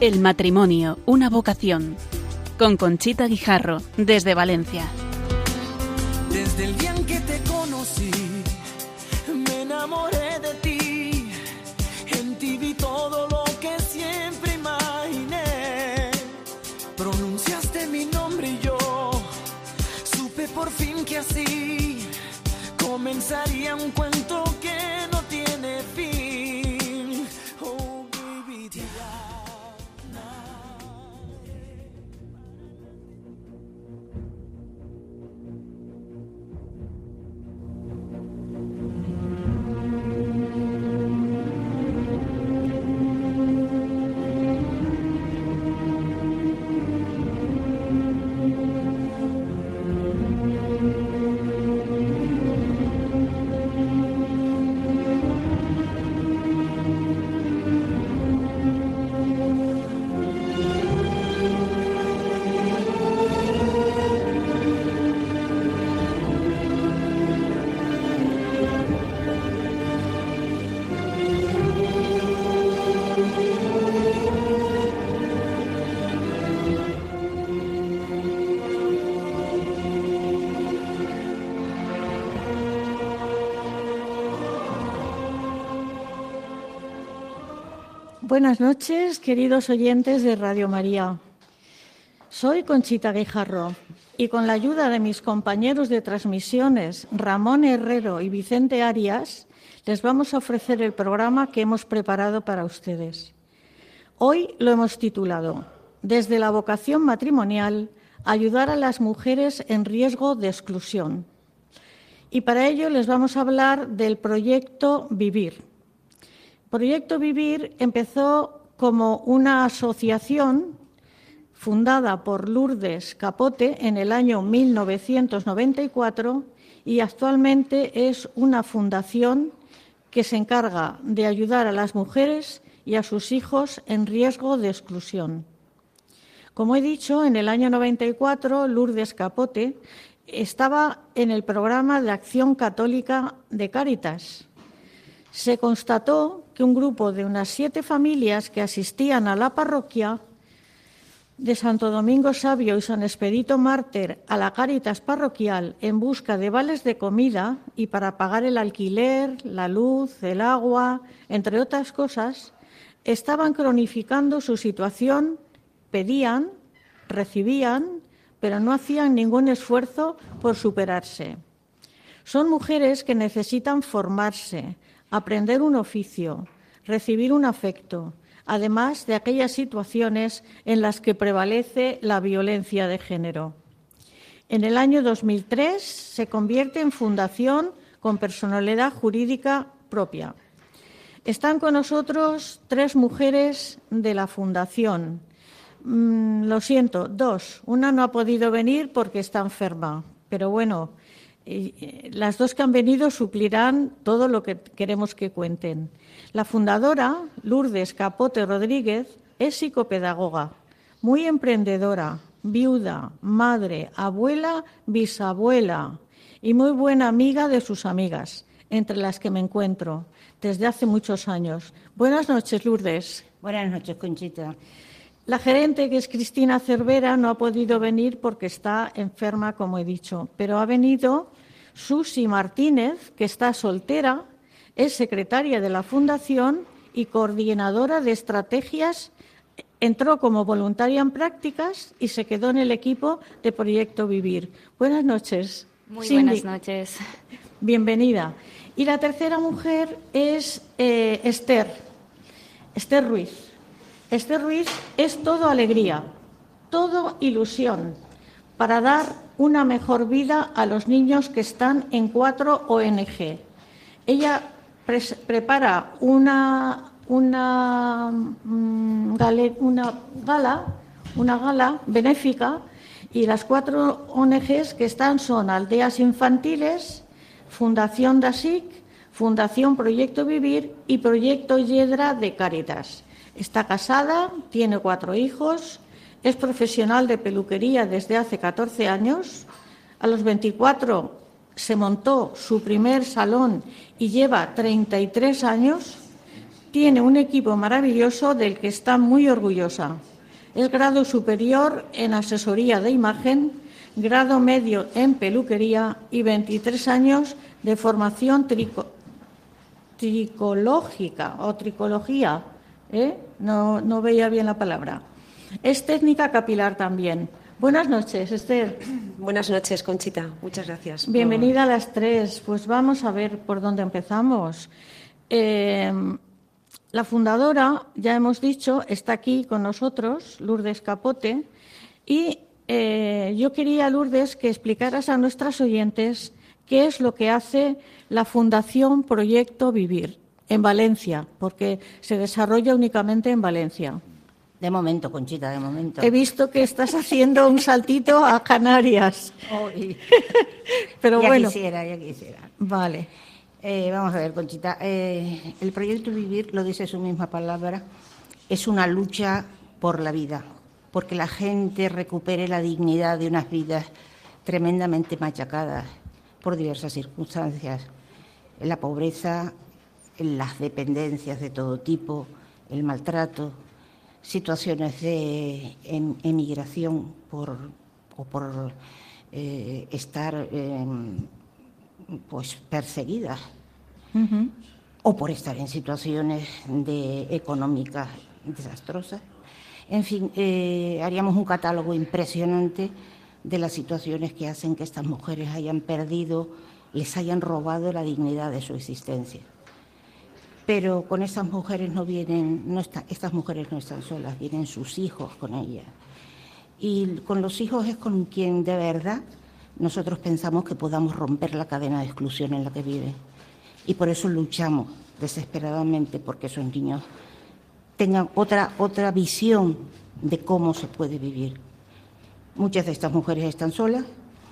El matrimonio, una vocación. Con Conchita Guijarro, desde Valencia. Desde el día en que te conocí, me enamoré de ti. En ti vi todo lo que siempre imaginé. Pronunciaste mi nombre y yo supe por fin que así comenzaría un cuento que no tiene fin. Oh, baby, Buenas noches, queridos oyentes de Radio María. Soy Conchita Guijarro y con la ayuda de mis compañeros de transmisiones, Ramón Herrero y Vicente Arias, les vamos a ofrecer el programa que hemos preparado para ustedes. Hoy lo hemos titulado Desde la vocación matrimonial, ayudar a las mujeres en riesgo de exclusión. Y para ello les vamos a hablar del proyecto Vivir. Proyecto Vivir empezó como una asociación fundada por Lourdes Capote en el año 1994 y actualmente es una fundación que se encarga de ayudar a las mujeres y a sus hijos en riesgo de exclusión. Como he dicho, en el año 94 Lourdes Capote estaba en el programa de Acción Católica de Cáritas. Se constató que un grupo de unas 7 familias que asistían a la parroquia de Santo Domingo Sabio y San Expedito Mártir a la Cáritas parroquial en busca de vales de comida y para pagar el alquiler, la luz, el agua, entre otras cosas, estaban cronificando su situación, pedían, recibían, pero no hacían ningún esfuerzo por superarse. Son mujeres que necesitan formarse, aprender un oficio, recibir un afecto, además de aquellas situaciones en las que prevalece la violencia de género. En el año 2003 se convierte en fundación con personalidad jurídica propia. Están con nosotros 3 mujeres de la fundación. Lo siento, 2. Una no ha podido venir porque está enferma, pero bueno, las 2 que han venido suplirán todo lo que queremos que cuenten. La fundadora, Lourdes Capote Rodríguez, es psicopedagoga, muy emprendedora, viuda, madre, abuela, bisabuela y muy buena amiga de sus amigas, entre las que me encuentro desde hace muchos años. Buenas noches, Lourdes. Buenas noches, Conchita. La gerente, que es Cristina Cervera, no ha podido venir porque está enferma, como he dicho, pero ha venido Susi Martínez, que está soltera, es secretaria de la Fundación y coordinadora de estrategias. Entró como voluntaria en prácticas y se quedó en el equipo de Proyecto Vivir. Buenas noches. Muy Cindy, buenas noches. Bienvenida. Y la tercera mujer es Esther Ruiz. Esther Ruiz es todo alegría, todo ilusión, para dar una mejor vida a los niños que están en 4 ONG. Ella prepara una gala benéfica y las 4 ONGs que están son Aldeas Infantiles, Fundación DASIC, Fundación Proyecto Vivir y Proyecto Yedra de Cáritas. Está casada, tiene 4 hijos, es profesional de peluquería desde hace 14 años. A los 24 se montó su primer salón y lleva 33 años. tiene un equipo maravilloso del que está muy orgullosa. Es grado superior en asesoría de imagen, grado medio en peluquería y 23 años de formación tricológica o tricología. No veía bien la palabra. Es técnica capilar también. Buenas noches, Esther. Buenas noches, Conchita. Muchas gracias. Bienvenida a las tres. Pues vamos a ver por dónde empezamos. La fundadora, ya hemos dicho, está aquí con nosotros, Lourdes Capote, y yo quería, Lourdes, que explicaras a nuestras oyentes qué es lo que hace la Fundación Proyecto Vivir en Valencia, porque se desarrolla únicamente en Valencia. De momento, Conchita, de momento. He visto que estás haciendo un saltito a Canarias. Pero ya bueno. Ya quisiera. Vale. Vamos a ver, Conchita. El Proyecto Vivir, lo dice su misma palabra, es una lucha por la vida, porque la gente recupere la dignidad de unas vidas tremendamente machacadas por diversas circunstancias. La pobreza, las dependencias de todo tipo, el maltrato, situaciones de emigración por estar pues perseguidas o por estar en situaciones económicas desastrosas. En fin, haríamos un catálogo impresionante de las situaciones que hacen que estas mujeres hayan perdido, les hayan robado la dignidad de su existencia. Pero con estas mujeres estas mujeres no están solas, vienen sus hijos con ellas. Y con los hijos es con quien de verdad nosotros pensamos que podamos romper la cadena de exclusión en la que viven. Y por eso luchamos desesperadamente porque esos niños tengan otra visión de cómo se puede vivir. Muchas de estas mujeres están solas,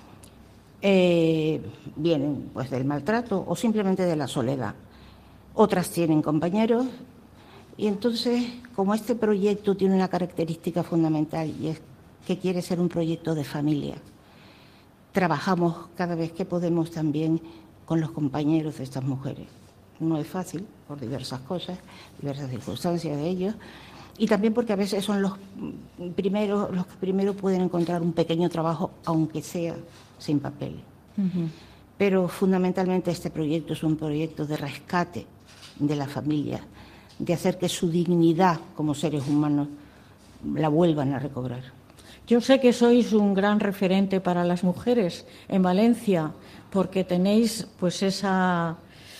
vienen pues del maltrato o simplemente de la soledad. Otras tienen compañeros y entonces, como este proyecto tiene una característica fundamental y es que quiere ser un proyecto de familia, trabajamos cada vez que podemos también con los compañeros de estas mujeres. No es fácil por diversas cosas, diversas circunstancias de ellos y también porque a veces son los que primero pueden encontrar un pequeño trabajo, aunque sea sin papel. Pero fundamentalmente este proyecto es un proyecto de rescate de la familia, de hacer que su dignidad como seres humanos la vuelvan a recobrar. Yo sé que sois un gran referente para las mujeres en Valencia, porque tenéis pues esa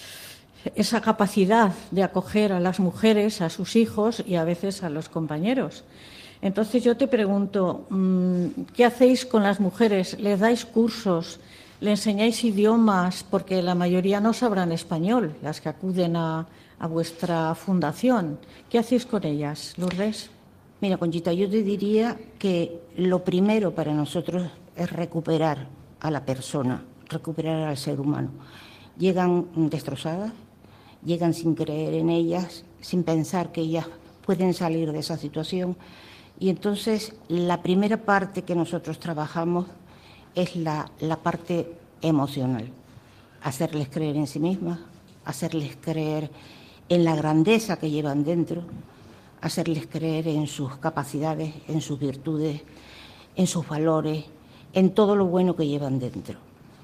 capacidad de acoger a las mujeres, a sus hijos y a veces a los compañeros. Entonces yo te pregunto, ¿qué hacéis con las mujeres? ¿Les dais cursos? ¿Le enseñáis idiomas? Porque la mayoría no sabrán español, las que acuden a vuestra fundación. ¿Qué hacéis con ellas, Lourdes? Mira, Conchita, yo te diría que lo primero para nosotros es recuperar a la persona, recuperar al ser humano. Llegan destrozadas, llegan sin creer en ellas, sin pensar que ellas pueden salir de esa situación. Y entonces la primera parte que nosotros trabajamos es la parte emocional, hacerles creer en sí mismas, hacerles creer en la grandeza que llevan dentro, hacerles creer en sus capacidades, en sus virtudes, en sus valores, en todo lo bueno que llevan dentro.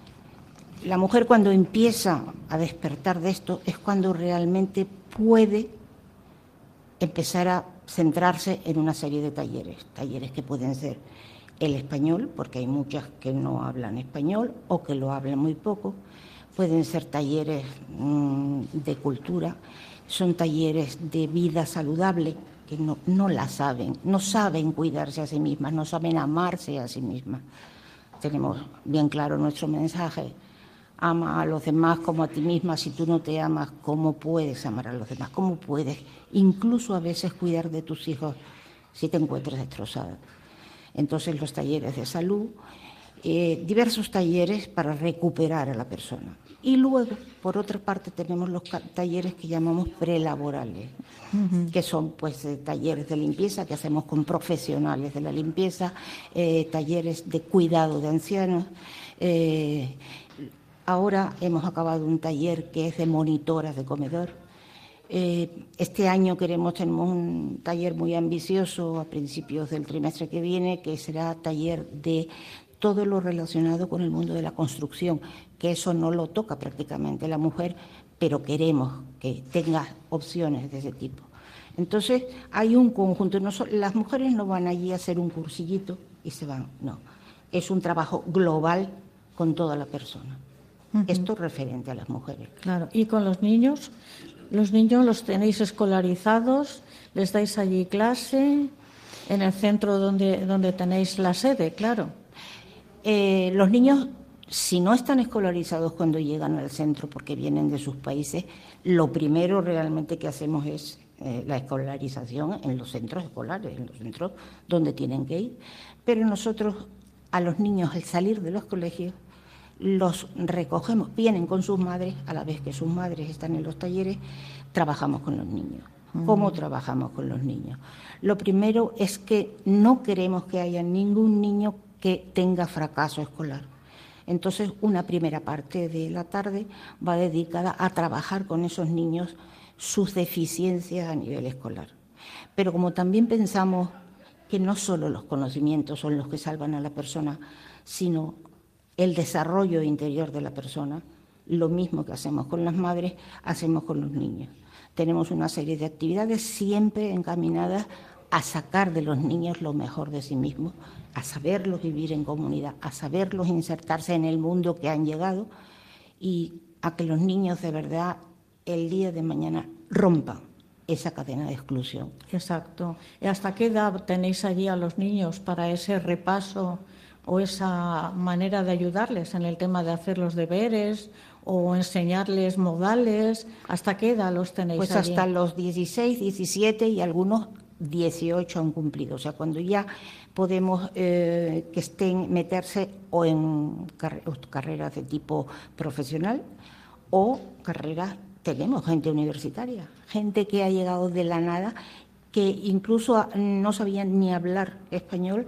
La mujer cuando empieza a despertar de esto es cuando realmente puede empezar a centrarse en una serie de talleres que pueden ser el español, porque hay muchas que no hablan español o que lo hablan muy poco, pueden ser talleres de cultura, son talleres de vida saludable, que no la saben, no saben cuidarse a sí mismas, no saben amarse a sí mismas. Tenemos bien claro nuestro mensaje: ama a los demás como a ti misma. Si tú no te amas, ¿cómo puedes amar a los demás? ¿Cómo puedes incluso a veces cuidar de tus hijos si te encuentras destrozada? Entonces los talleres de salud, diversos talleres para recuperar a la persona. Y luego, por otra parte, tenemos los talleres que llamamos prelaborales, que son pues talleres de limpieza que hacemos con profesionales de la limpieza, talleres de cuidado de ancianos. Ahora hemos acabado un taller que es de monitoras de comedor. Este año tenemos un taller muy ambicioso a principios del trimestre que viene, que será taller de todo lo relacionado con el mundo de la construcción, que eso no lo toca prácticamente la mujer, pero queremos que tenga opciones de ese tipo. Entonces, hay un conjunto. Las mujeres no van allí a hacer un cursillito y se van, no. Es un trabajo global con toda la persona. Esto es referente a las mujeres. Claro. ¿Y con los niños? ¿Los niños los tenéis escolarizados? ¿Les dais allí clase? ¿En el centro donde tenéis la sede? Claro. Los niños, si no están escolarizados cuando llegan al centro porque vienen de sus países, lo primero realmente que hacemos es la escolarización en los centros escolares, en los centros donde tienen que ir. Pero nosotros a los niños, al salir de los colegios, los recogemos, vienen con sus madres, a la vez que sus madres están en los talleres, trabajamos con los niños. ¿Cómo trabajamos con los niños? Lo primero es que no queremos que haya ningún niño que tenga fracaso escolar. Entonces, una primera parte de la tarde va dedicada a trabajar con esos niños sus deficiencias a nivel escolar. Pero como también pensamos que no solo los conocimientos son los que salvan a la persona, sino el desarrollo interior de la persona, lo mismo que hacemos con las madres, hacemos con los niños. Tenemos una serie de actividades siempre encaminadas a sacar de los niños lo mejor de sí mismos, a saberlos vivir en comunidad, a saberlos insertarse en el mundo que han llegado y a que los niños de verdad el día de mañana rompan esa cadena de exclusión. Exacto. ¿Y hasta qué edad tenéis allí a los niños para ese repaso o esa manera de ayudarles en el tema de hacer los deberes o enseñarles modales? ¿Hasta qué edad los tenéis pues allí? Hasta los 16, 17 y algunos 18 han cumplido. O sea, cuando ya podemos que meterse o en carreras de tipo profesional o carreras. Tenemos gente universitaria, gente que ha llegado de la nada, que incluso no sabían ni hablar español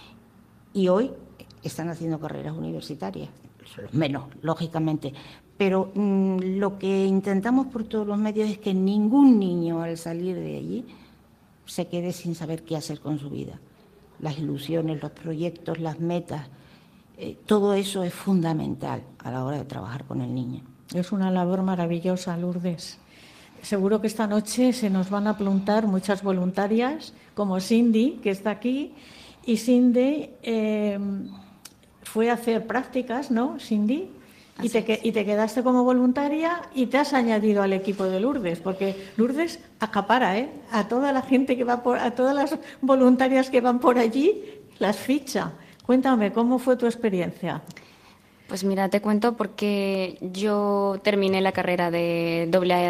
y hoy están haciendo carreras universitarias, los menos, lógicamente. Pero lo que intentamos por todos los medios es que ningún niño al salir de allí se quede sin saber qué hacer con su vida. Las ilusiones, los proyectos, las metas, todo eso es fundamental a la hora de trabajar con el niño. Es una labor maravillosa, Lourdes. Seguro que esta noche se nos van a apuntar muchas voluntarias, como Cindy, que está aquí. Y Cindy fue a hacer prácticas, ¿no, Cindy? Y te quedaste como voluntaria y te has añadido al equipo de Lourdes, porque Lourdes acapara, a toda la gente que va a todas las voluntarias que van por allí, las ficha. Cuéntame, ¿cómo fue tu experiencia? Pues mira, te cuento porque yo terminé la carrera de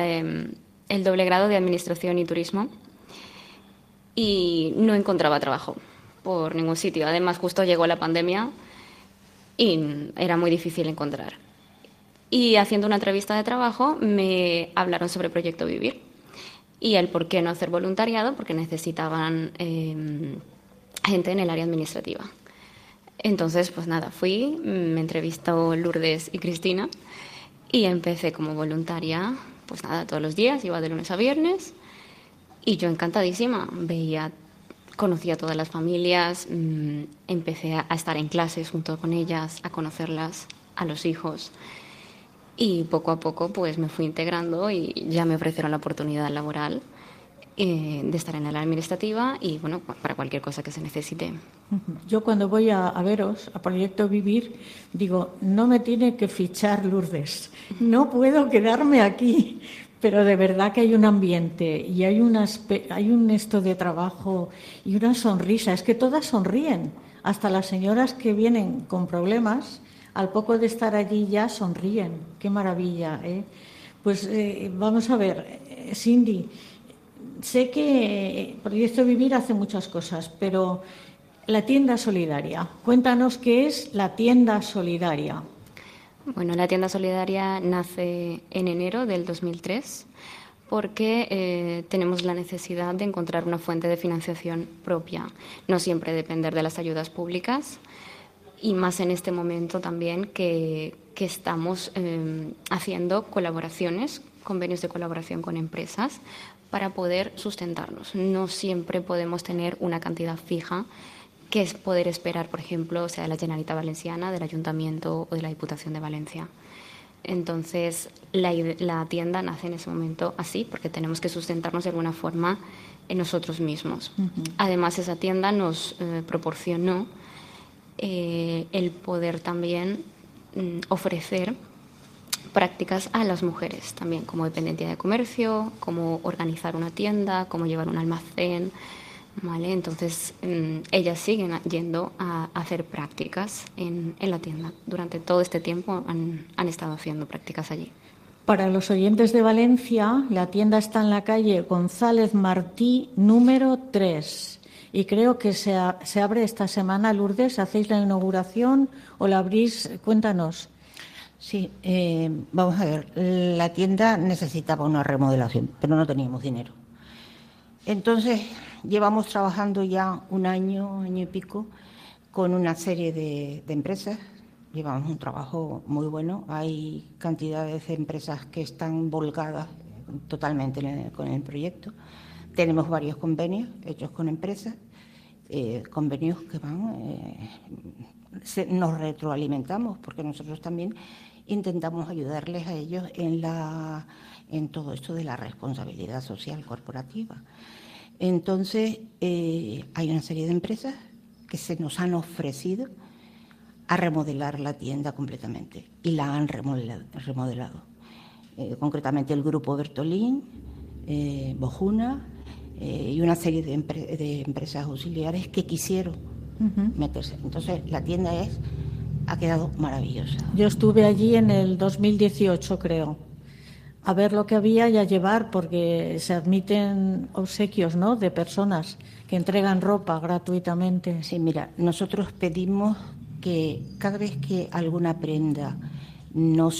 el doble grado de Administración y Turismo y no encontraba trabajo por ningún sitio. Además, justo llegó la pandemia y era muy difícil encontrar. Y haciendo una entrevista de trabajo me hablaron sobre Proyecto Vivir y el por qué no hacer voluntariado, porque necesitaban gente en el área administrativa. Entonces, pues nada, fui, me entrevistó Lourdes y Cristina y empecé como voluntaria, pues nada, todos los días, iba de lunes a viernes y yo encantadísima, conocía a todas las familias, empecé a estar en clases junto con ellas, a conocerlas, a los hijos y poco a poco pues me fui integrando y ya me ofrecieron la oportunidad laboral de estar en la área administrativa y bueno, para cualquier cosa que se necesite. Yo cuando voy a veros, a Proyecto Vivir, digo, no me tiene que fichar Lourdes, no puedo quedarme aquí, pero de verdad que hay un ambiente y hay un esto de trabajo y una sonrisa, es que todas sonríen, hasta las señoras que vienen con problemas, al poco de estar allí ya sonríen, qué maravilla, ¿eh? Pues vamos a ver, Cindy, sé que Proyecto Vivir hace muchas cosas, pero la tienda solidaria, cuéntanos qué es la tienda solidaria. Bueno, la tienda solidaria nace en enero del 2003 porque tenemos la necesidad de encontrar una fuente de financiación propia, no siempre depender de las ayudas públicas y más en este momento también que estamos haciendo colaboraciones convenios de colaboración con empresas para poder sustentarnos. No siempre podemos tener una cantidad fija que es poder esperar, por ejemplo, sea de la Generalitat Valenciana, del Ayuntamiento o de la Diputación de Valencia. Entonces, la tienda nace en ese momento así, porque tenemos que sustentarnos de alguna forma en nosotros mismos. Además, esa tienda nos proporcionó el poder también ofrecer prácticas a las mujeres también, como dependencia de comercio, cómo organizar una tienda, cómo llevar un almacén, ¿vale? Entonces, ellas siguen yendo a hacer prácticas en la tienda. Durante todo este tiempo han estado haciendo prácticas allí. Para los oyentes de Valencia, la tienda está en la calle González Martí, número 3. Y creo que se abre esta semana. Lourdes, ¿hacéis la inauguración o la abrís? Cuéntanos. Sí, vamos a ver. La tienda necesitaba una remodelación, pero no teníamos dinero. Entonces, llevamos trabajando ya un año y pico con una serie de empresas. Llevamos un trabajo muy bueno. Hay cantidades de empresas que están volcadas totalmente con el proyecto. Tenemos varios convenios hechos con empresas, convenios que nos retroalimentamos, porque nosotros también intentamos ayudarles a ellos en todo esto de la responsabilidad social corporativa. Entonces, hay una serie de empresas que se nos han ofrecido a remodelar la tienda completamente y la han remodelado. Concretamente el grupo Bertolín, Bojuna y una serie de empresas auxiliares que quisieron meterse. Entonces la tienda ha quedado maravillosa. Yo estuve allí en el 2018, creo, a ver lo que había y a llevar, porque se admiten obsequios, ¿no?, de personas que entregan ropa gratuitamente. Sí, mira, nosotros pedimos que cada vez que alguna prenda no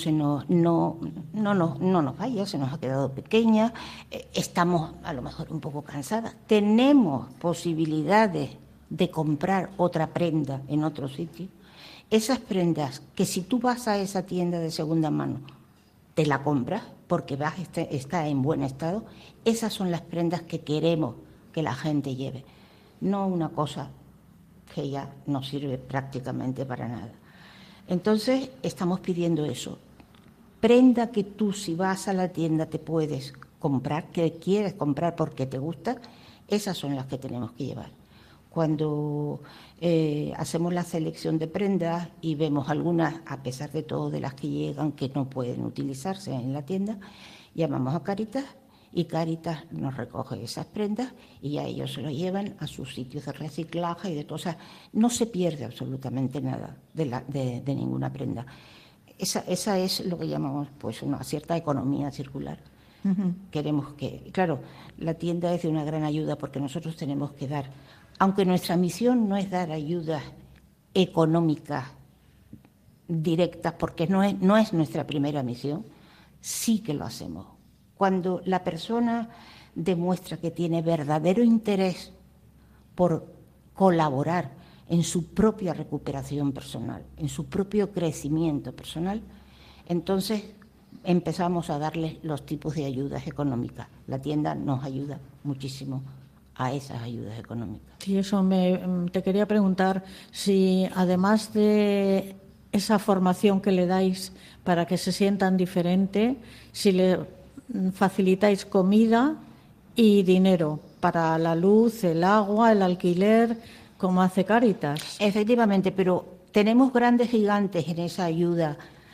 nos vaya, se nos ha quedado pequeña, estamos a lo mejor un poco cansadas, tenemos posibilidades de comprar otra prenda en otro sitio, esas prendas que si tú vas a esa tienda de segunda mano te la compras porque está en buen estado, esas son las prendas que queremos que la gente lleve, no una cosa que ya no sirve prácticamente para nada. Entonces, estamos pidiendo eso. Prenda que tú, si vas a la tienda, te puedes comprar, que quieres comprar porque te gusta, esas son las que tenemos que llevar. Cuando hacemos la selección de prendas y vemos algunas, a pesar de todo, de las que llegan, que no pueden utilizarse en la tienda, llamamos a Cáritas y Cáritas nos recoge esas prendas y ya ellos se lo llevan a sus sitios de reciclaje y de todo. O sea, no se pierde absolutamente nada de ninguna prenda. Esa es lo que llamamos pues una cierta economía circular. Queremos que, claro, la tienda es de una gran ayuda porque nosotros tenemos que dar, aunque nuestra misión no es dar ayudas económicas directas, porque no es nuestra primera misión, sí que lo hacemos. Cuando la persona demuestra que tiene verdadero interés por colaborar en su propia recuperación personal, en su propio crecimiento personal, entonces empezamos a darles los tipos de ayudas económicas. La tienda nos ayuda muchísimo a esas ayudas económicas. Sí, eso te quería preguntar si además de esa formación que le dais para que se sientan diferente, si le facilitáis comida y dinero para la luz, el agua, el alquiler, como hace Cáritas. Efectivamente, pero tenemos grandes gigantes en esa ayuda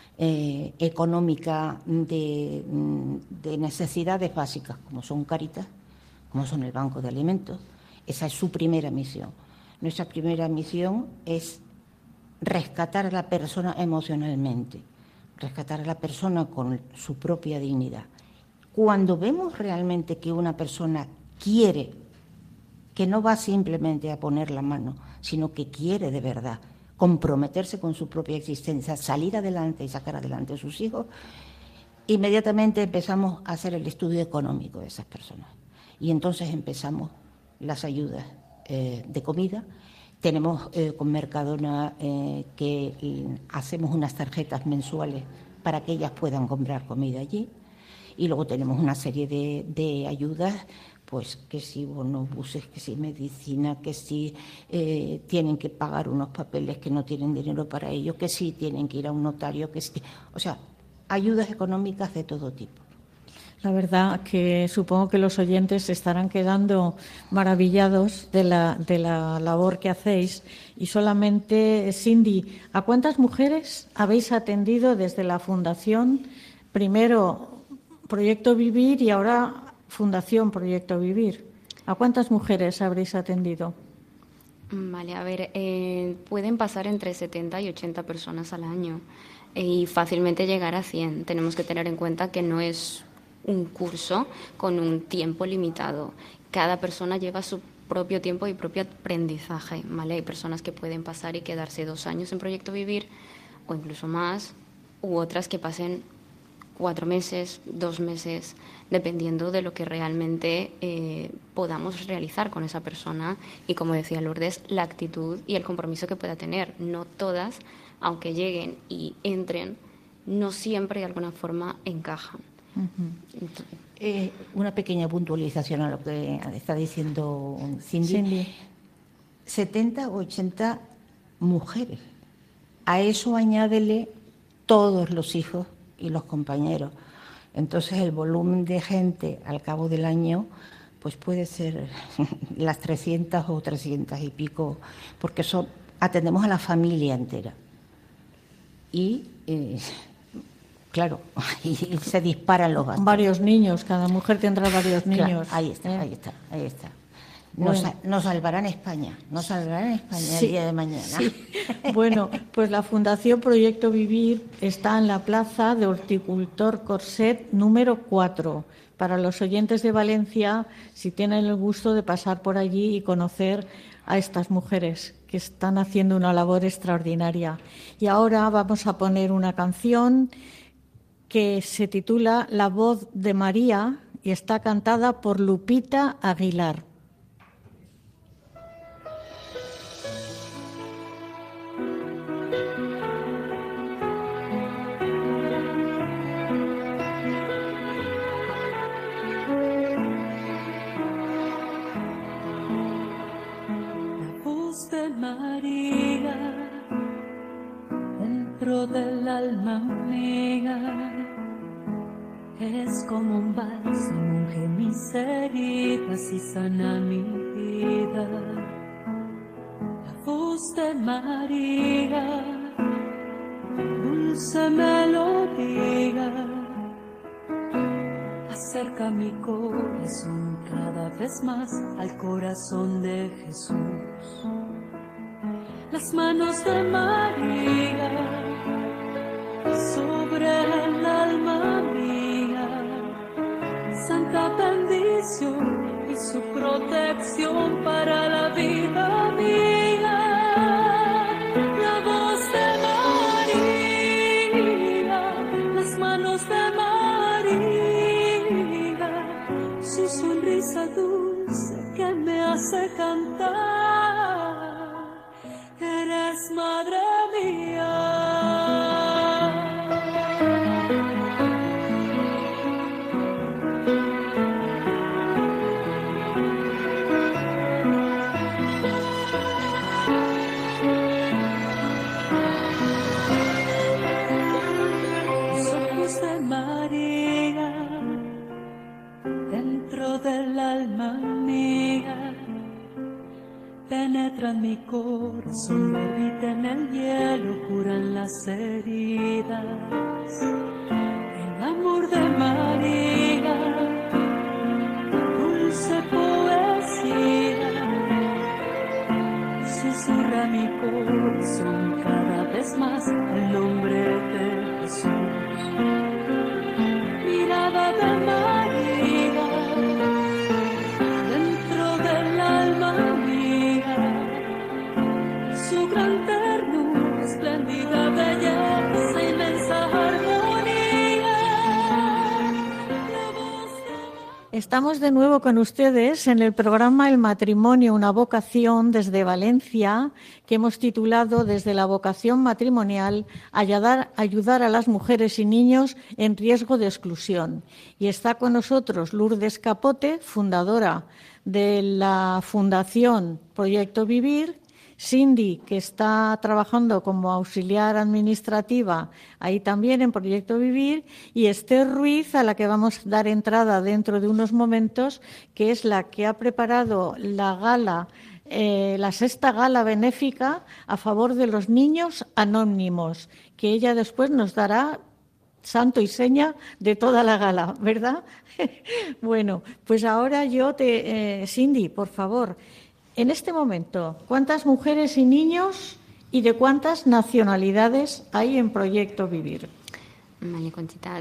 económica de necesidades básicas, como son Cáritas, como son el Banco de Alimentos. Esa es su primera misión. Nuestra primera misión es rescatar a la persona emocionalmente, rescatar a la persona con su propia dignidad. Cuando vemos realmente que una persona quiere, que no va simplemente a poner la mano, sino que quiere de verdad comprometerse con su propia existencia, salir adelante y sacar adelante a sus hijos, inmediatamente empezamos a hacer el estudio económico de esas personas. Y entonces empezamos las ayudas de comida. Tenemos con Mercadona que hacemos unas tarjetas mensuales para que ellas puedan comprar comida allí. Y luego tenemos una serie de ayudas, pues que si bonobuses, que si medicina, que si tienen que pagar unos papeles que no tienen dinero para ello, que si tienen que ir a un notario, que si, o sea, ayudas económicas de todo tipo. La verdad que supongo que los oyentes se estarán quedando maravillados de la labor que hacéis. Y solamente, Cindy, ¿a cuántas mujeres habéis atendido desde la Fundación? Primero Proyecto Vivir y ahora Fundación Proyecto Vivir. ¿A cuántas mujeres habréis atendido? Vale, a ver, pueden pasar entre 70 y 80 personas al año y fácilmente llegar a 100. Tenemos que tener en cuenta que no es un curso con un tiempo limitado. Cada persona lleva su propio tiempo y propio aprendizaje, ¿vale? Hay personas que pueden pasar y quedarse 2 años en Proyecto Vivir o incluso más, u otras que pasen 4 meses, 2 meses, dependiendo de lo que realmente podamos realizar con esa persona y, como decía Lourdes, la actitud y el compromiso que pueda tener. No todas, aunque lleguen y entren, no siempre de alguna forma encajan. Una pequeña puntualización a lo que está diciendo Cindy. 70 o 80 mujeres. A eso añádele todos los hijos y los compañeros. Entonces el volumen de gente al cabo del año pues puede ser las 300 o 300 y pico, porque atendemos a la familia entera. Y claro, y se disparan los gastos. Varios niños, cada mujer tendrá varios niños. Claro, ahí está. Nos salvarán España, sí, el día de mañana. Sí. Bueno, pues la Fundación Proyecto Vivir está en la Plaza de Horticultor Corset número 4. Para los oyentes de Valencia, si tienen el gusto de pasar por allí y conocer a estas mujeres que están haciendo una labor extraordinaria. Y ahora vamos a poner una canción que se titula La voz de María y está cantada por Lupita Aguilar. María, dentro del alma mía, es como un bálsamo, unge mis heridas y sana mi vida. La voz de María, dulce melodía, acerca mi corazón cada vez más al corazón de Jesús. Las manos de María sobre el alma mía, santa bendición y su protección para la vida mía. La voz de María, las manos de María, su sonrisa dulce que me hace cantar. Eres madre mía. Los ojos de María, dentro del alma mía, penetran mi corazón, derriten el hielo, curan las heridas. El amor de María, dulce poesía, susurra mi corazón cada vez más el nombre de Jesús. Mirada de María, dentro del alma mía, su gran ternura, espléndida belleza, inmensa armonía. La voz de Estamos de nuevo con ustedes en el programa El matrimonio, una vocación desde Valencia, que hemos titulado Desde la vocación matrimonial, ayudar a las mujeres y niños en riesgo de exclusión. Y está con nosotros Lourdes Capote, fundadora de la Fundación Proyecto Vivir, Cindy, que está trabajando como auxiliar administrativa ahí también en Proyecto Vivir, y Esther Ruiz, a la que vamos a dar entrada dentro de unos momentos, que es la que ha preparado la gala, la sexta gala benéfica a favor de los niños anónimos, que ella después nos dará santo y seña de toda la gala, ¿verdad? Bueno, pues ahora Cindy, por favor. En este momento, ¿cuántas mujeres y niños y de cuántas nacionalidades hay en Proyecto Vivir? Vale, Conchita.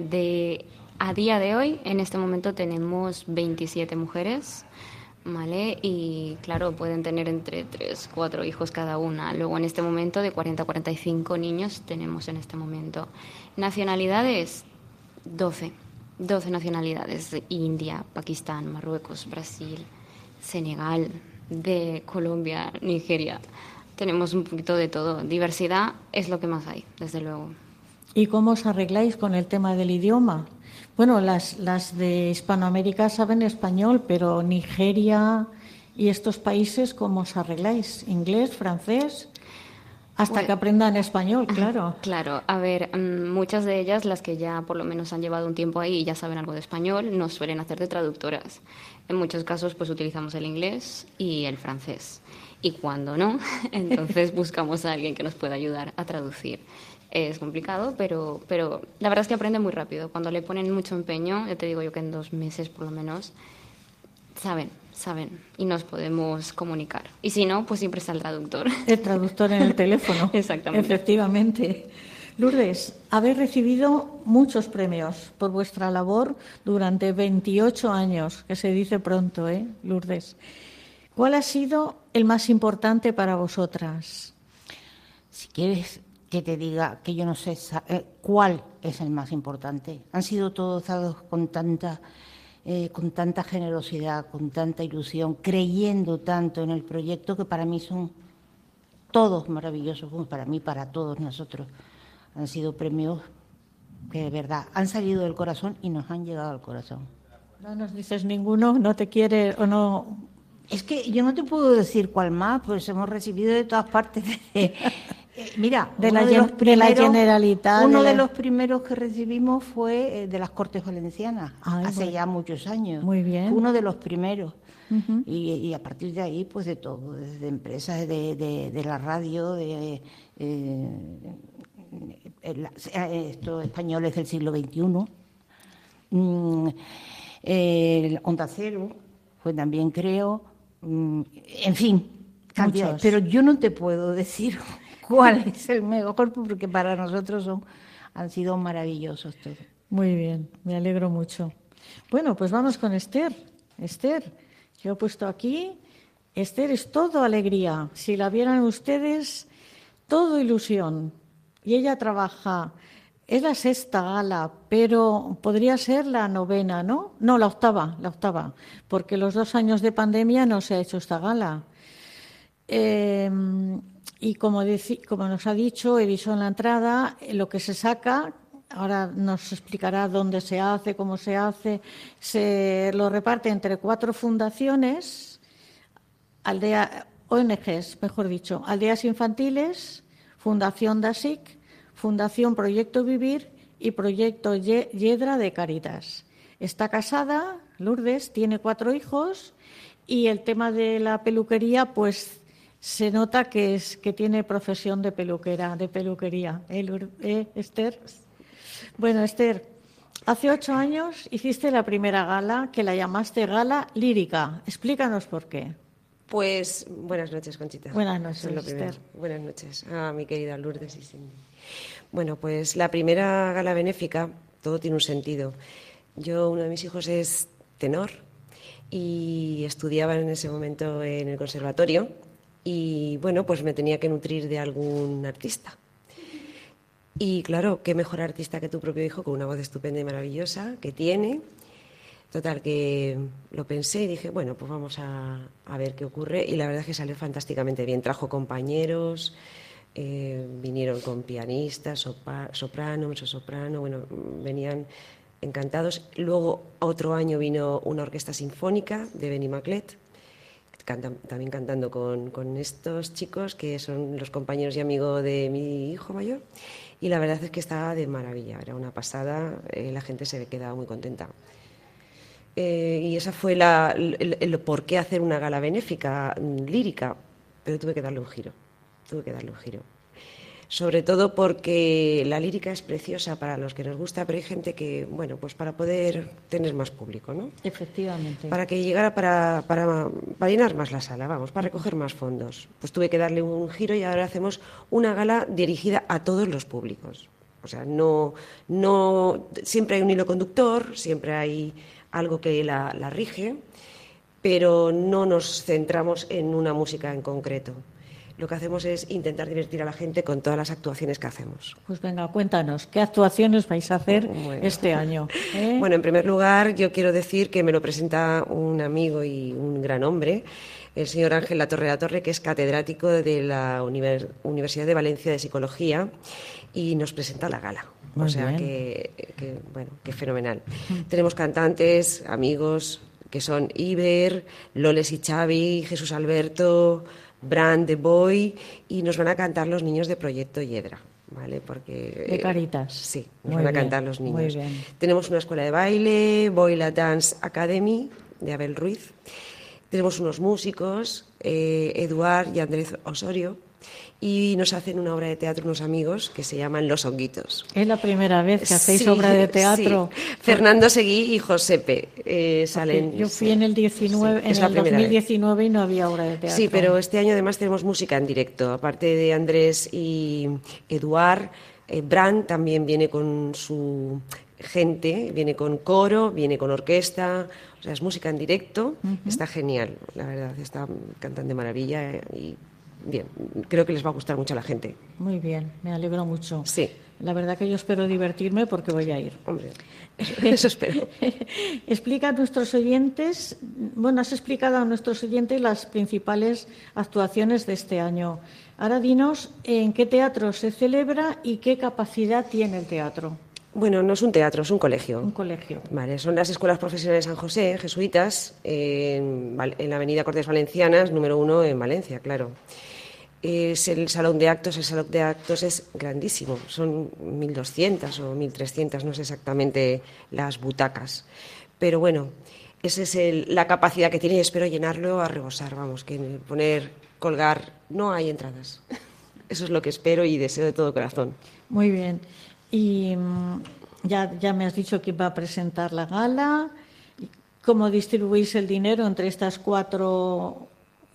A día de hoy, en este momento tenemos 27 mujeres, ¿vale? Y claro, pueden tener entre 3, 4 hijos cada una. Luego, en este momento, de 40 a 45 niños tenemos en este momento. Nacionalidades, 12 nacionalidades. India, Pakistán, Marruecos, Brasil, Senegal, de Colombia, Nigeria. Tenemos un poquito de todo. Diversidad es lo que más hay, desde luego. ¿Y cómo os arregláis con el tema del idioma? Bueno, las de Hispanoamérica saben español, pero Nigeria y estos países, ¿cómo os arregláis? ¿Inglés, francés? Hasta que aprendan español, claro. Claro, a ver, muchas de ellas, las que ya por lo menos han llevado un tiempo ahí y ya saben algo de español, nos suelen hacer de traductoras. En muchos casos, pues utilizamos el inglés y el francés. Y cuando no, entonces buscamos a alguien que nos pueda ayudar a traducir. Es complicado, pero la verdad es que aprenden muy rápido. Cuando le ponen mucho empeño, ya te digo yo que en 2 meses por lo menos, saben y nos podemos comunicar. Y si no, pues siempre está el traductor. El traductor en el teléfono. Exactamente. Efectivamente. Lourdes, habéis recibido muchos premios por vuestra labor durante 28 años, que se dice pronto, Lourdes? ¿Cuál ha sido el más importante para vosotras? Si quieres que te diga que yo no sé cuál es el más importante. Han sido todos dados con tanta generosidad, con tanta ilusión, creyendo tanto en el proyecto, que para mí son todos maravillosos, como para mí, para todos nosotros. Han sido premios que de verdad han salido del corazón y nos han llegado al corazón. No nos dices ninguno, no te quiere o no. Es que yo no te puedo decir cuál más, pues hemos recibido de todas partes. Mira, de la Generalitat. Uno de los primeros que recibimos fue de las Cortes Valencianas, hace ya muchos años. Muy bien. Fue uno de los primeros. Y a partir de ahí, pues de todo, desde empresas de la radio, estos españoles del siglo XXI, el Onda Cero fue también, creo, en fin, cantidad. Pero yo no te puedo decir cuál es el mejor, porque para nosotros han sido maravillosos todos. Muy bien, me alegro mucho. Bueno, pues vamos con Esther. Esther, yo he puesto aquí, Esther es todo alegría. Si la vieran ustedes, todo ilusión. Y ella trabaja, es la sexta gala, pero podría ser la novena, ¿no? No, la octava, porque los 2 años de pandemia no se ha hecho esta gala. Y como nos ha dicho, he visto en la entrada, lo que se saca, ahora nos explicará dónde se hace, cómo se hace, se lo reparte entre 4 fundaciones, ONGs, mejor dicho, Aldeas Infantiles, Fundación DASIC, Fundación Proyecto Vivir y Proyecto Yedra de Caritas. Está casada, Lourdes, tiene 4 hijos y el tema de la peluquería, pues se nota que tiene profesión de peluquería. Esther? Bueno, Esther, hace 8 años hiciste la primera gala, que la llamaste Gala Lírica. Explícanos por qué. Pues buenas noches, Conchita. Buenas noches, Esther. Buenas noches a mi querida Lourdes y Cindy. Bueno, pues la primera gala benéfica, todo tiene un sentido. Uno de mis hijos es tenor y estudiaba en ese momento en el conservatorio y, bueno, pues me tenía que nutrir de algún artista. Y, claro, qué mejor artista que tu propio hijo, con una voz estupenda y maravillosa que tiene. Total, que lo pensé y dije, bueno, pues vamos a ver qué ocurre. Y la verdad es que salió fantásticamente bien. Trajo compañeros, vinieron con pianistas, soprano, mezzosoprano, bueno, venían encantados. Luego, otro año vino una orquesta sinfónica de Benny Maclet, también cantando con estos chicos que son los compañeros y amigos de mi hijo mayor. Y la verdad es que estaba de maravilla, era una pasada, la gente se quedaba muy contenta. Y esa fue el por qué hacer una gala benéfica lírica, pero tuve que darle un giro. Sobre todo porque la lírica es preciosa para los que nos gusta, pero hay gente que, bueno, pues para poder tener más público, ¿no? Efectivamente. Para que llegara para llenar más la sala, vamos, para recoger más fondos. Pues tuve que darle un giro y ahora hacemos una gala dirigida a todos los públicos. O sea, no siempre hay un hilo conductor, siempre hay algo que la rige, pero no nos centramos en una música en concreto. Lo que hacemos es intentar divertir a la gente con todas las actuaciones que hacemos. Pues venga, cuéntanos, ¿qué actuaciones vais a hacer este año? Bueno, en primer lugar, yo quiero decir que me lo presenta un amigo y un gran hombre, el señor Ángel Latorre, que es catedrático de la Universidad de Valencia de Psicología, y nos presenta la gala. Muy o sea bien. que fenomenal. Tenemos cantantes, amigos, que son Iber, Loles y Xavi, Jesús Alberto, Brand, The Boy, y nos van a cantar los niños de Proyecto Hiedra, ¿vale? Porque De Caritas. Sí, nos Muy van a bien, cantar los niños. muy bien. Tenemos una escuela de baile, Boila Dance Academy, de Abel Ruiz. Tenemos unos músicos, Eduard y Andrés Osorio, y nos hacen una obra de teatro unos amigos que se llaman Los Honguitos. Es la primera vez que hacéis Sí, obra de teatro. sí. Fernando Seguí y Josepe salen. Yo fui en el 19, Sí, es en la el primera vez. 2019 y no había obra de teatro. Sí, pero este año además tenemos música en directo. Aparte de Andrés y Eduard, Brand también viene con su gente, viene con coro, viene con orquesta. O sea, es música en directo. Está genial, la verdad. Cantan de maravilla y bien, creo que les va a gustar mucho a la gente. Muy bien, me alegro mucho. Sí. La verdad que yo espero divertirme porque voy a ir. Hombre, eso espero. Explica a nuestros oyentes, bueno, has explicado a nuestros oyentes las principales actuaciones de este año. Ahora dinos en qué teatro se celebra y qué capacidad tiene el teatro. Bueno, no es un teatro, es un colegio. Un colegio. Vale, son las escuelas profesionales de San José, jesuitas, en la avenida Cortes Valencianas, número 1 en Valencia, claro. Es el salón de actos es grandísimo, son 1.200 o 1.300, no sé exactamente las butacas. Pero bueno, esa es la capacidad que tiene y espero llenarlo a rebosar, vamos, que colgar, no hay entradas. Eso es lo que espero y deseo de todo corazón. Muy bien. Y ya me has dicho quién va a presentar la gala, cómo distribuís el dinero entre estas cuatro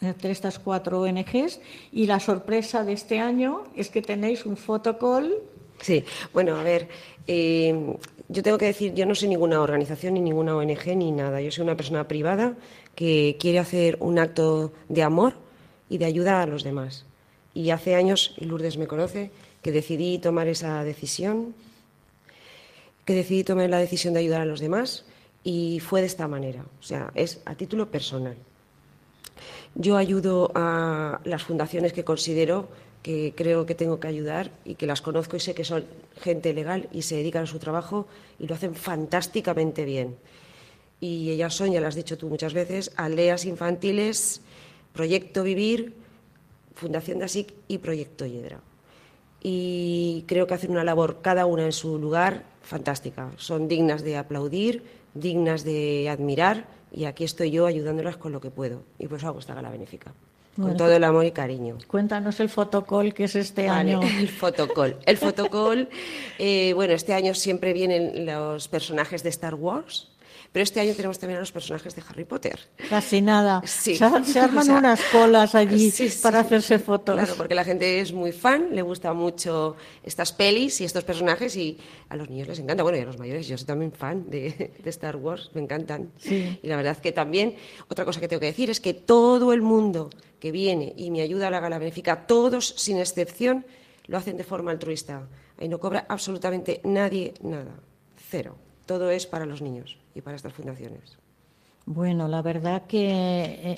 ONGs, y la sorpresa de este año es que tenéis un photocall. Sí, bueno, a ver, yo tengo que decir, yo no soy ninguna organización ni ninguna ONG ni nada, yo soy una persona privada que quiere hacer un acto de amor y de ayuda a los demás. Y hace años, y Lourdes me conoce, que decidí tomar esa decisión, la decisión de ayudar a los demás, y fue de esta manera, o sea, es a título personal. Yo ayudo a las fundaciones que considero que creo que tengo que ayudar y que las conozco y sé que son gente legal y se dedican a su trabajo y lo hacen fantásticamente bien. Y ellas son, ya lo has dicho tú muchas veces, Aldeas Infantiles, Proyecto Vivir, Fundación DASIC y Proyecto Hiedra. Y creo que hacen una labor cada una en su lugar fantástica. Son dignas de aplaudir, dignas de admirar, y aquí estoy yo ayudándolas con lo que puedo. Y por eso hago esta gala benéfica, con todo el amor y cariño. Cuéntanos el photocall que es este Vale, año. El photocall, bueno, este año siempre vienen los personajes de Star Wars, pero este año tenemos también a los personajes de Harry Potter. Casi nada. Sí. Se arman unas colas allí Sí, para hacerse fotos. Claro, porque la gente es muy fan, le gusta mucho estas pelis y estos personajes, y a los niños les encanta. Bueno, y a los mayores, yo soy también fan de Star Wars, me encantan. Sí. Y la verdad que también, otra cosa que tengo que decir es que todo el mundo que viene y me ayuda a la gala benéfica, todos sin excepción, lo hacen de forma altruista. Ahí no cobra absolutamente nadie nada, cero. Todo es para los niños y y para estas fundaciones. Bueno, la verdad que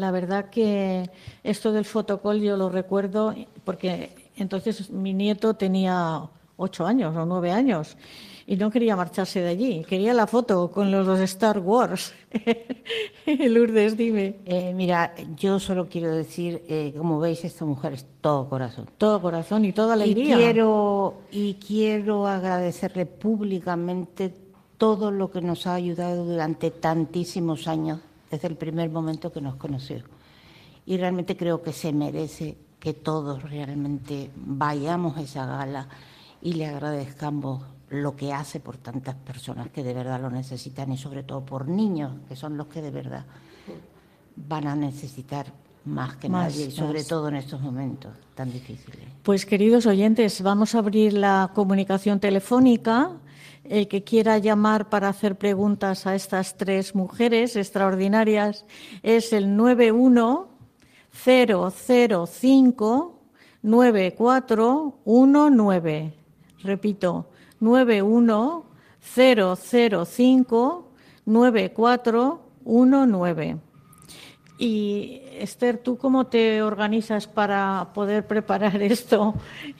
esto del fotocall yo lo recuerdo porque entonces mi nieto tenía 8 años o 9 años y no quería marcharse de allí, quería la foto con los de Star Wars. Lourdes, dime. Mira, yo solo quiero decir, como veis, esta mujer es todo corazón. Todo corazón y toda alegría. Y quiero agradecerle públicamente todo lo que nos ha ayudado durante tantísimos años, desde el primer momento que nos conoció. Y realmente creo que se merece que todos realmente vayamos a esa gala y le agradezcamos lo que hace por tantas personas que de verdad lo necesitan y sobre todo por niños, que son los que de verdad van a necesitar más que nadie, y sobre todo en estos momentos tan difíciles. Pues queridos oyentes, vamos a abrir la comunicación telefónica. El que quiera llamar para hacer preguntas a estas 3 mujeres extraordinarias es el 910059419. Repito, 910059419. Y Esther, ¿tú cómo te organizas para poder preparar esto?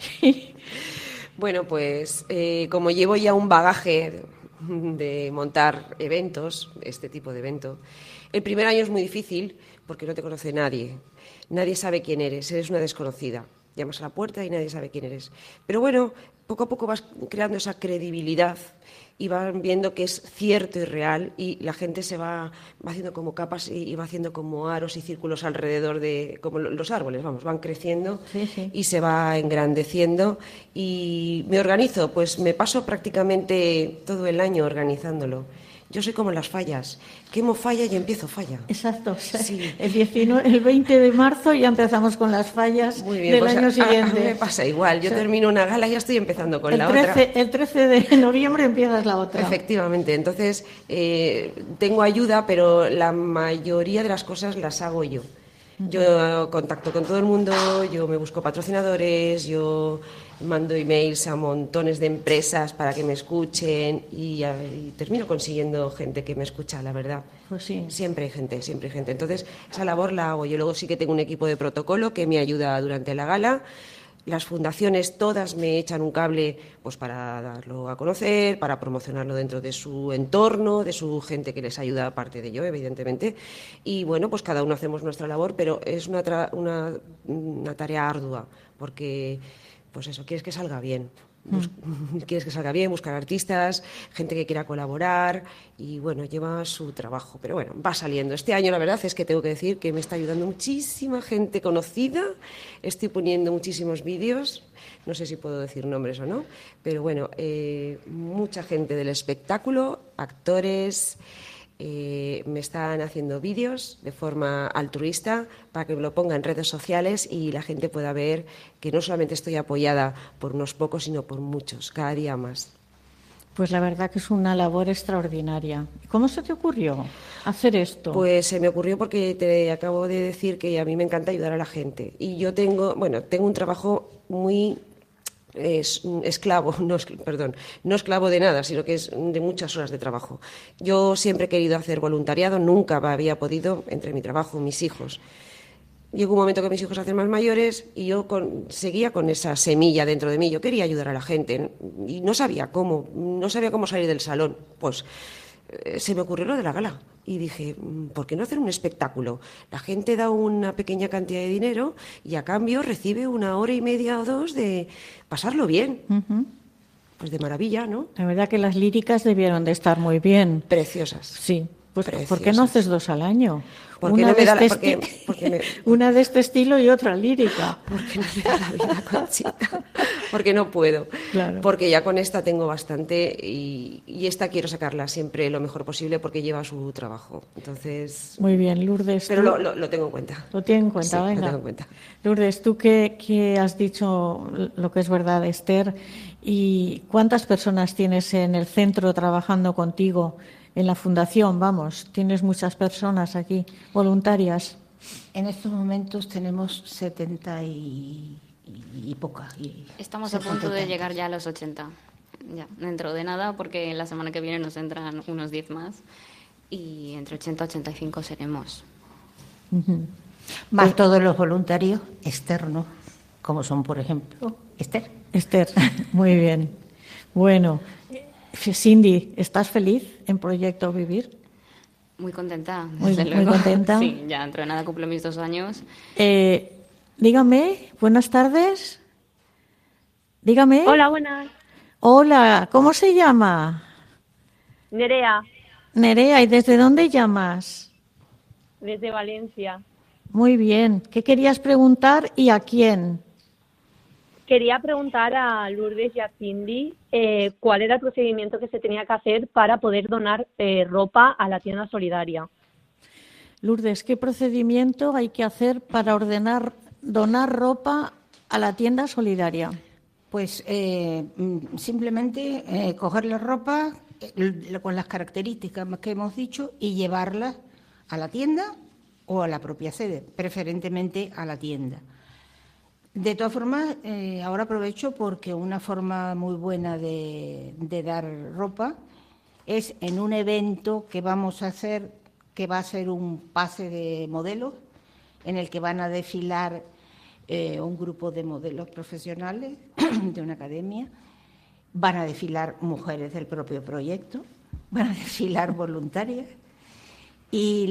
Bueno, pues como llevo ya un bagaje de montar eventos, este tipo de evento, el primer año es muy difícil porque no te conoce nadie. Nadie sabe quién eres una desconocida. Llamas a la puerta y nadie sabe quién eres. Pero bueno, poco a poco vas creando esa credibilidad y van viendo que es cierto y real y la gente se va haciendo como capas y va haciendo como aros y círculos alrededor de, como los árboles, vamos, van creciendo y se va engrandeciendo y me organizo, pues me paso prácticamente todo el año organizándolo. Yo soy como las fallas, quemo falla y empiezo falla. Exacto, sí. El 20 de marzo ya empezamos con las fallas del año siguiente. A mí me pasa igual, yo termino una gala y ya estoy empezando con la otra. El 13 de noviembre empiezas la otra. Efectivamente, entonces tengo ayuda, pero la mayoría de las cosas las hago yo. Yo contacto con todo el mundo, yo me busco patrocinadores, yo mando emails a montones de empresas para que me escuchen y termino consiguiendo gente que me escucha, la verdad. Pues sí. Siempre hay gente, siempre hay gente. Entonces, esa labor la hago yo. Luego sí que tengo un equipo de protocolo que me ayuda durante la gala. Las fundaciones todas me echan un cable pues para darlo a conocer, para promocionarlo dentro de su entorno, de su gente que les ayuda, aparte de yo, evidentemente. Y bueno, pues cada uno hacemos nuestra labor, pero es una tarea ardua, porque pues eso, quieres que salga bien. Quieres que salga bien, buscar artistas, gente que quiera colaborar y bueno, lleva su trabajo, pero bueno, va saliendo. Este año la verdad es que tengo que decir que me está ayudando muchísima gente conocida, estoy poniendo muchísimos vídeos, no sé si puedo decir nombres o no, pero bueno, mucha gente del espectáculo, actores, me están haciendo vídeos de forma altruista para que me lo ponga en redes sociales y la gente pueda ver que no solamente estoy apoyada por unos pocos, sino por muchos, cada día más. Pues la verdad que es una labor extraordinaria. ¿Cómo se te ocurrió hacer esto? Pues se me ocurrió porque te acabo de decir que a mí me encanta ayudar a la gente. Y yo tengo un trabajo muy esclavo, no esclavo de nada, sino que es de muchas horas de trabajo. Yo siempre he querido hacer voluntariado, nunca había podido entre mi trabajo y mis hijos. Llegó un momento que mis hijos se hacen más mayores y yo seguía con esa semilla dentro de mí. Yo quería ayudar a la gente y no sabía cómo salir del salón. Pues se me ocurrió lo de la gala y dije, ¿por qué no hacer un espectáculo? La gente da una pequeña cantidad de dinero y a cambio recibe 1 hora y media o 2 de pasarlo bien. Pues de maravilla, ¿no? La verdad que las líricas debieron de estar muy bien. Preciosas. Sí. Pues, preciosas. ¿Por qué no haces 2 al año? Una de este estilo y otra lírica. Porque no me da la vida, Conchita. Porque no puedo. Claro. Porque ya con esta tengo bastante y esta quiero sacarla siempre lo mejor posible porque lleva su trabajo. Entonces. Muy bien, Lourdes. Pero lo tengo en cuenta. Lo tengo en cuenta, sí, venga. Lo tengo en cuenta. Lourdes, tú que has dicho lo que es verdad, Esther, ¿y cuántas personas tienes en el centro trabajando contigo? En la fundación, vamos, tienes muchas personas aquí, voluntarias. En estos momentos tenemos 70 y pocas. Estamos a punto de llegar ya a los 80. ya, dentro de nada, porque la semana que viene nos entran unos 10 más y entre 80 y 85 seremos. Más todos los voluntarios externos, como son, por ejemplo, Esther. Esther, muy bien. Bueno, Cindy, ¿estás feliz en Proyecto Vivir? Muy contenta, Muy desde luego. contenta. Sí, ya dentro de nada cumplo mis 2 años. Dígame, buenas tardes. Dígame. Hola, buenas. Hola, ¿cómo se llama? Nerea, Nerea, ¿y desde dónde llamas? desde Valencia. Muy bien. ¿Qué querías preguntar y a quién? Quería preguntar a Lourdes y a Cindy cuál era el procedimiento que se tenía que hacer para poder donar ropa a la tienda solidaria. Lourdes, ¿qué procedimiento hay que hacer para donar ropa a la tienda solidaria? Pues simplemente coger la ropa con las características que hemos dicho y llevarla a la tienda o a la propia sede, preferentemente a la tienda. De todas formas, ahora aprovecho porque una forma muy buena de dar ropa es en un evento que vamos a hacer, que va a ser un pase de modelos, en el que van a desfilar un grupo de modelos profesionales de una academia, van a desfilar mujeres del propio proyecto, van a desfilar voluntarias y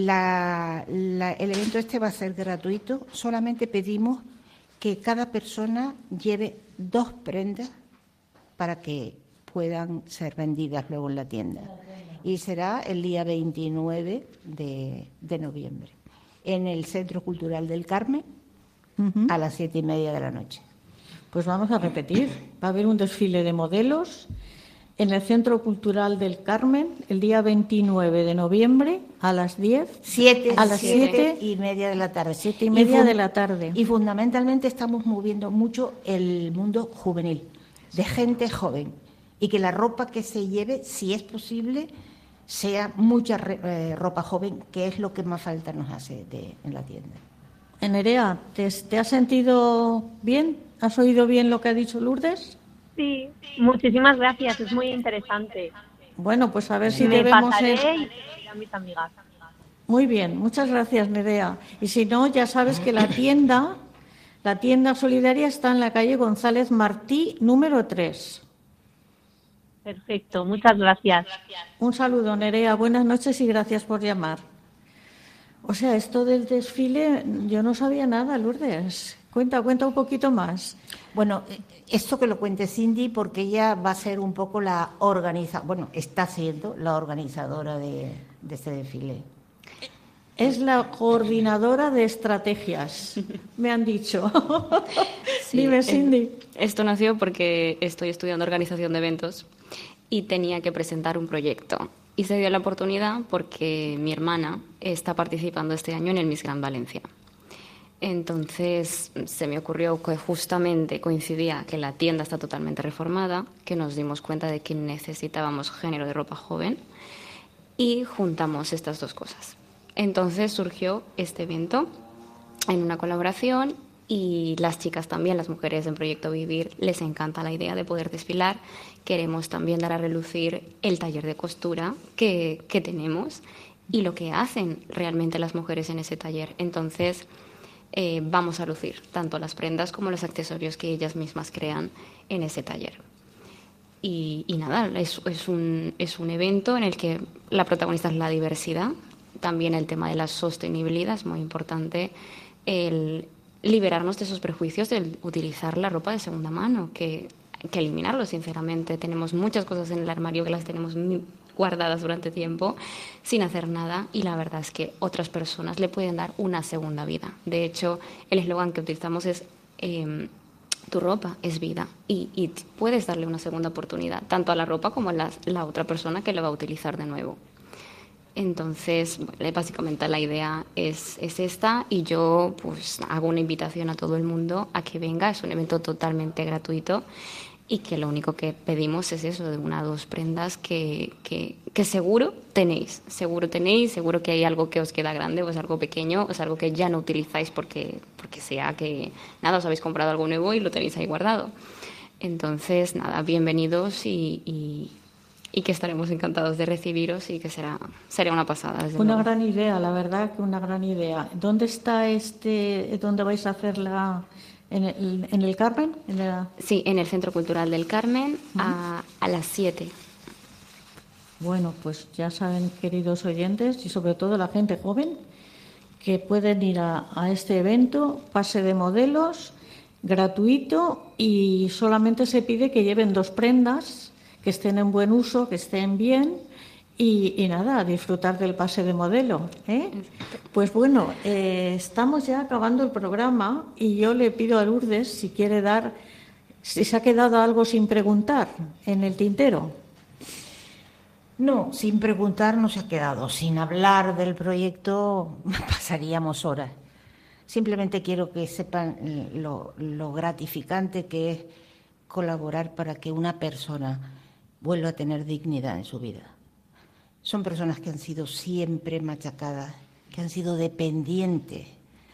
el evento este va a ser gratuito. Solamente pedimos que cada persona lleve 2 prendas para que puedan ser vendidas luego en la tienda. Y será el día 29 de noviembre en el Centro Cultural del Carmen a las 7:30 de la noche. Pues vamos a repetir. Va a haber un desfile de modelos en el Centro Cultural del Carmen el día 29 de noviembre a las 10. A las 7:30 de la tarde. 7:30 de la tarde. Y fundamentalmente estamos moviendo mucho el mundo juvenil, de gente joven. Y que la ropa que se lleve, si es posible, sea mucha ropa joven, que es lo que más falta nos hace en la tienda. Nerea, ¿te has sentido bien? ¿Has oído bien lo que ha dicho Lourdes? Sí, muchísimas gracias, es muy interesante. Bueno, pues a ver si Me debemos... pasaré y diré a mis amigas. Muy bien, muchas gracias, Nerea. Y si no, ya sabes que la tienda solidaria está en la calle González Martí, número 3. Perfecto, muchas gracias. Un saludo, Nerea. Buenas noches y gracias por llamar. O sea, esto del desfile, yo no sabía nada, Lourdes. Cuenta un poquito más. Bueno, esto que lo cuente Cindy, porque ella va a ser un poco está siendo la organizadora de este desfile. Es la coordinadora de estrategias, me han dicho. Sí, dime, Cindy. Esto nació porque estoy estudiando organización de eventos y tenía que presentar un proyecto. Y se dio la oportunidad porque mi hermana está participando este año en el Miss Grand Valencia. Entonces se me ocurrió que justamente coincidía que la tienda está totalmente reformada, que nos dimos cuenta de que necesitábamos género de ropa joven y juntamos estas 2 cosas. Entonces surgió este evento en una colaboración y las chicas también, las mujeres en Proyecto Vivir, les encanta la idea de poder desfilar. Queremos también dar a relucir el taller de costura que tenemos y lo que hacen realmente las mujeres en ese taller. Entonces vamos a lucir tanto las prendas como los accesorios que ellas mismas crean en ese taller. Y nada, es un evento en el que la protagonista es la diversidad, también el tema de la sostenibilidad es muy importante, el liberarnos de esos prejuicios del utilizar la ropa de segunda mano, que eliminarlo, sinceramente. Tenemos muchas cosas en el armario que las tenemos guardadas durante tiempo sin hacer nada y la verdad es que otras personas le pueden dar una segunda vida. De hecho, el eslogan que utilizamos es tu ropa es vida y puedes darle una segunda oportunidad, tanto a la ropa como a la otra persona que la va a utilizar de nuevo. Entonces, básicamente la idea es esta y yo pues hago una invitación a todo el mundo a que venga. Es un evento totalmente gratuito y que lo único que pedimos es eso, de 1 o 2 prendas que seguro tenéis, seguro que hay algo que os queda grande o es algo pequeño o es algo que ya no utilizáis porque sea que nada, os habéis comprado algo nuevo y lo tenéis ahí guardado. Entonces, nada, bienvenidos y que estaremos encantados de recibiros y que será una pasada. Desde Una luego. gran idea, la verdad que una gran idea. ¿Dónde está dónde vais a hacerla? ¿En el Carmen? Sí, en el Centro Cultural del Carmen a las 7. Bueno, pues ya saben, queridos oyentes, y sobre todo la gente joven, que pueden ir a este evento, pase de modelos, gratuito, y solamente se pide que lleven 2 prendas, que estén en buen uso, que estén bien, y nada, a disfrutar del pase de modelo, ¿eh? Pues bueno, estamos ya acabando el programa y yo le pido a Lourdes si se ha quedado algo sin preguntar en el tintero. No, sin preguntar no se ha quedado. Sin hablar del proyecto pasaríamos horas. Simplemente quiero que sepan lo gratificante que es colaborar para que una persona vuelva a tener dignidad en su vida. Son personas que han sido siempre machacadas, que han sido dependientes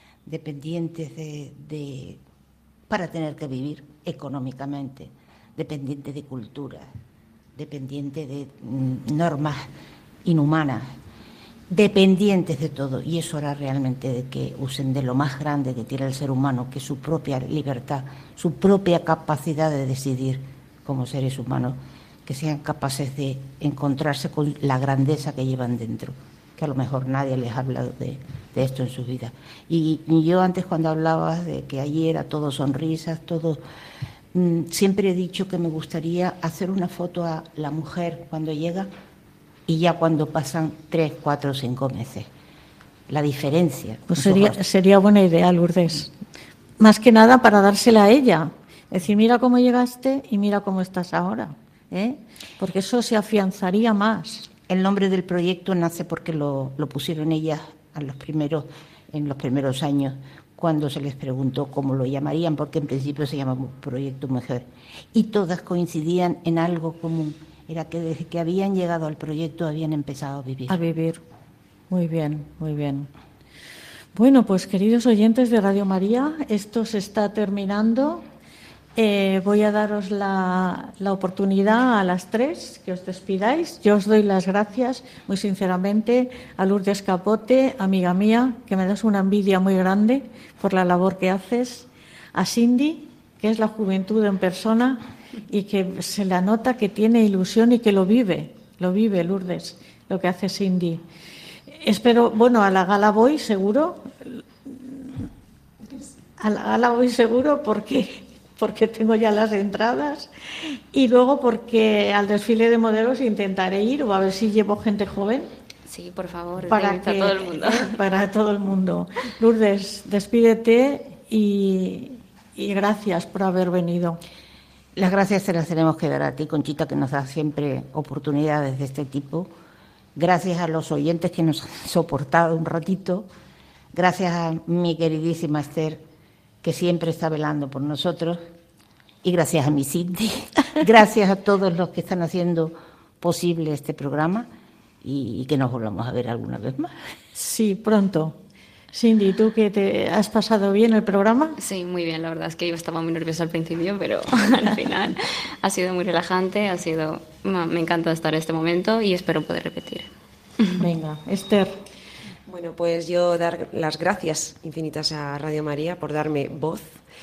para tener que vivir económicamente, dependientes de cultura, dependientes de normas inhumanas, dependientes de todo. Y es hora realmente de que usen de lo más grande que tiene el ser humano, que es su propia libertad, su propia capacidad de decidir como seres humanos, que sean capaces de encontrarse con la grandeza que llevan dentro, que a lo mejor nadie les ha hablado de esto en su vida. Y yo antes, cuando hablabas de que allí era todo sonrisas, todo, siempre he dicho que me gustaría hacer una foto a la mujer cuando llega y ya cuando pasan 3, 4, 5 meses. La diferencia. Pues sería buena idea, Lourdes. Más que nada para dársela a ella. Es decir, mira cómo llegaste y mira cómo estás ahora, ¿eh? Porque eso se afianzaría más. El nombre del proyecto nace porque lo pusieron ellas en los primeros años, cuando se les preguntó cómo lo llamarían, porque en principio se llamaba Proyecto Mujer. Y todas coincidían en algo común, era que desde que habían llegado al proyecto habían empezado a vivir. A vivir. Muy bien, muy bien. Bueno, pues queridos oyentes de Radio María, esto se está terminando. Voy a daros la oportunidad a las 3 que os despidáis. Yo os doy las gracias muy sinceramente a Lourdes Capote, amiga mía, que me das una envidia muy grande por la labor que haces, a Cindy, que es la juventud en persona y que se la nota que tiene ilusión y que lo vive Lourdes, lo que hace Cindy. Espero, bueno, a la gala voy seguro, porque tengo ya las entradas, y luego porque al desfile de modelos intentaré ir, o a ver si llevo gente joven. Sí, por favor, para todo el mundo. Para todo el mundo. Lourdes, despídete y gracias por haber venido. Las gracias se las tenemos que dar a ti, Conchita, que nos da siempre oportunidades de este tipo. Gracias a los oyentes que nos han soportado un ratito. Gracias a mi queridísima Esther, que siempre está velando por nosotros, y gracias a mi Cindy, gracias a todos los que están haciendo posible este programa y que nos volvamos a ver alguna vez más. Sí, pronto. Cindy, ¿tú que te has pasado bien el programa? Sí, muy bien, la verdad es que yo estaba muy nerviosa al principio, pero al final ha sido muy relajante, me encanta estar en este momento y espero poder repetir. Venga, Esther. Bueno, pues yo dar las gracias infinitas a Radio María por darme voz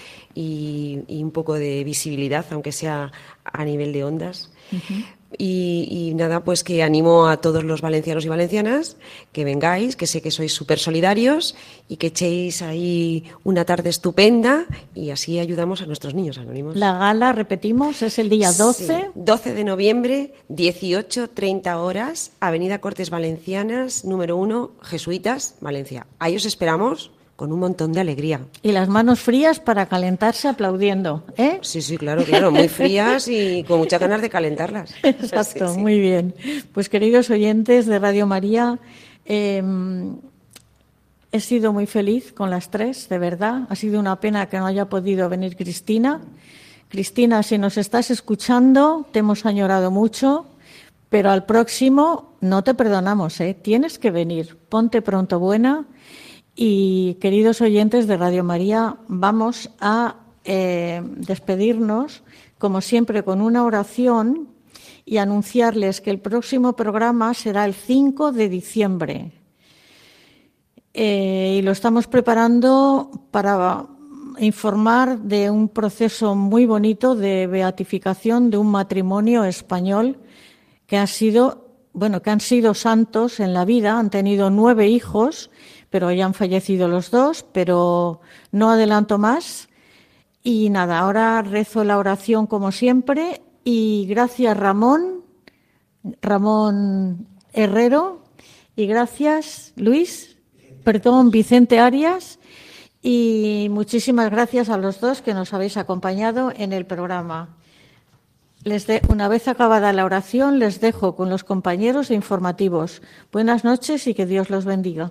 y un poco de visibilidad, aunque sea a nivel de ondas. Uh-huh. Y nada, pues que animo a todos los valencianos y valencianas que vengáis, que sé que sois súper solidarios y que echéis ahí una tarde estupenda y así ayudamos a nuestros niños anónimos. La gala, repetimos, es el día 12. Sí, 12 de noviembre, 18:30 horas, Avenida Cortes Valencianas, número 1, Jesuitas, Valencia. Ahí os esperamos con un montón de alegría. Y las manos frías para calentarse aplaudiendo, ¿eh? Sí, claro, muy frías y con muchas ganas de calentarlas. Exacto, sí. Muy bien. Pues queridos oyentes de Radio María, he sido muy feliz con las 3, de verdad. Ha sido una pena que no haya podido venir Cristina. Cristina, si nos estás escuchando, te hemos añorado mucho, pero al próximo no te perdonamos, ¿eh? Tienes que venir. Ponte pronto buena. Y queridos oyentes de Radio María, vamos a despedirnos como siempre, con una oración y anunciarles que el próximo programa será el 5 de diciembre. Y lo estamos preparando para informar de un proceso muy bonito de beatificación de un matrimonio español que han sido santos en la vida, han tenido 9 hijos, pero ya han fallecido los 2, pero no adelanto más. Y nada, ahora rezo la oración como siempre y gracias Ramón Herrero, y gracias Vicente Arias, y muchísimas gracias a los 2 que nos habéis acompañado en el programa. Una vez acabada la oración, les dejo con los compañeros informativos. Buenas noches y que Dios los bendiga.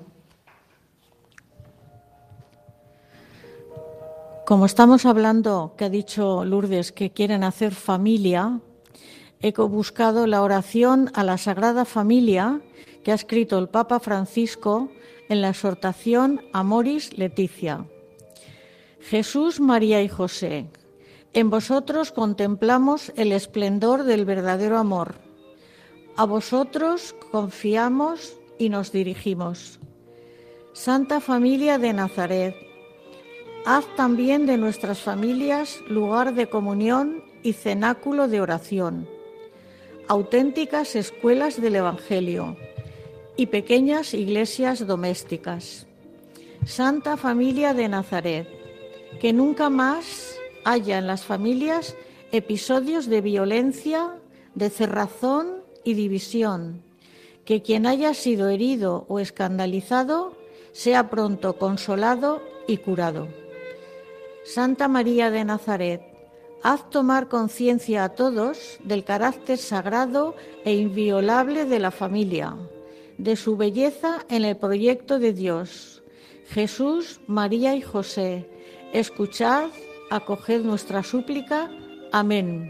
Como estamos hablando, que ha dicho Lourdes, que quieren hacer familia, he buscado la oración a la Sagrada Familia que ha escrito el Papa Francisco en la exhortación Amoris Laetitia. Jesús, María y José, en vosotros contemplamos el esplendor del verdadero amor. A vosotros confiamos y nos dirigimos. Santa Familia de Nazaret, haz también de nuestras familias lugar de comunión y cenáculo de oración, auténticas escuelas del Evangelio y pequeñas iglesias domésticas. Santa Familia de Nazaret, que nunca más haya en las familias episodios de violencia, de cerrazón y división, que quien haya sido herido o escandalizado sea pronto consolado y curado. Santa María de Nazaret, haz tomar conciencia a todos del carácter sagrado e inviolable de la familia, de su belleza en el proyecto de Dios. Jesús, María y José, escuchad, acoged nuestra súplica. Amén.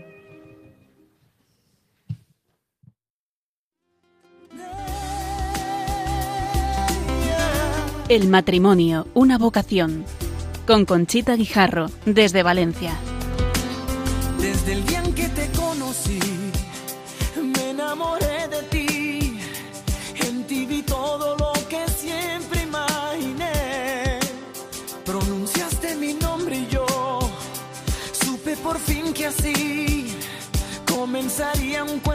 El matrimonio, una vocación. Con Conchita Guijarro, desde Valencia. Desde el día en que te conocí, me enamoré de ti. En ti vi todo lo que siempre imaginé. Pronunciaste mi nombre y yo supe por fin que así comenzaría un cuento